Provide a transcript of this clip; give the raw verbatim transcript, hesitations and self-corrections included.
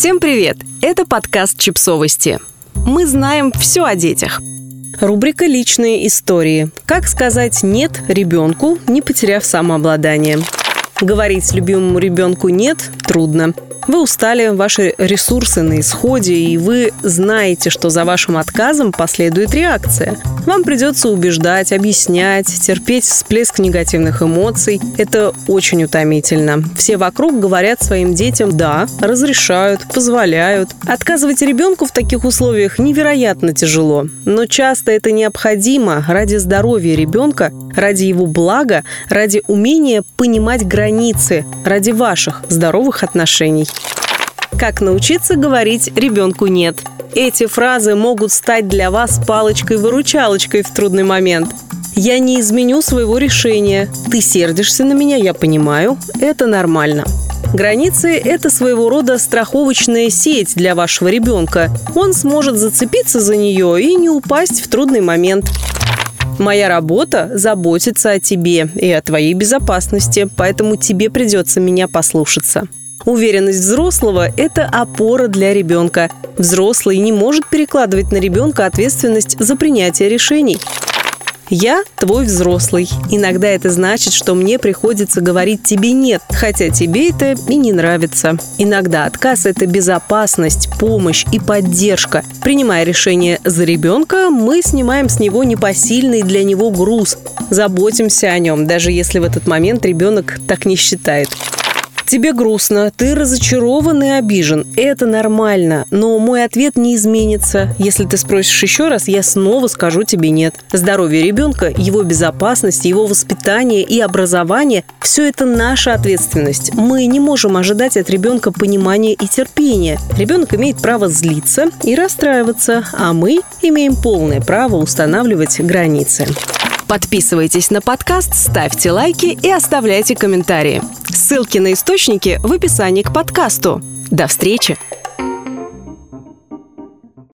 Всем привет! Это подкаст «Чипсовости». Мы знаем все о детях. Рубрика «Личные истории». Как сказать «нет» ребенку, не потеряв самообладание. Говорить любимому ребенку «нет» трудно. Вы устали, ваши ресурсы на исходе, и вы знаете, что за вашим отказом последует реакция. Вам придется убеждать, объяснять, терпеть всплеск негативных эмоций. Это очень утомительно. Все вокруг говорят своим детям «да», разрешают, позволяют. Отказывать ребенку в таких условиях невероятно тяжело. Но часто это необходимо ради здоровья ребенка, ради его блага, ради умения понимать границы, ради ваших здоровых отношений. Как научиться говорить ребенку «нет»? Эти фразы могут стать для вас палочкой-выручалочкой в трудный момент. «Я не изменю своего решения. Ты сердишься на меня, я понимаю. Это нормально». Границы – это своего рода страховочная сеть для вашего ребенка. Он сможет зацепиться за нее и не упасть в трудный момент. Моя работа – заботиться о тебе и о твоей безопасности, поэтому тебе придется меня послушаться. Уверенность взрослого – это опора для ребенка. Взрослый не может перекладывать на ребенка ответственность за принятие решений. Я твой взрослый. Иногда это значит, что мне приходится говорить тебе «нет», хотя тебе это и не нравится. Иногда отказ – это безопасность, помощь и поддержка. Принимая решение за ребенка, мы снимаем с него непосильный для него груз. Заботимся о нем, даже если в этот момент ребенок так не считает. Тебе грустно, ты разочарован и обижен. Это нормально, но мой ответ не изменится. Если ты спросишь еще раз, я снова скажу тебе «нет». Здоровье ребенка, его безопасность, его воспитание и образование – все это наша ответственность. Мы не можем ожидать от ребенка понимания и терпения. Ребенок имеет право злиться и расстраиваться, а мы имеем полное право устанавливать границы. Подписывайтесь на подкаст, ставьте лайки и оставляйте комментарии. Ссылки на источники в описании к подкасту. До встречи!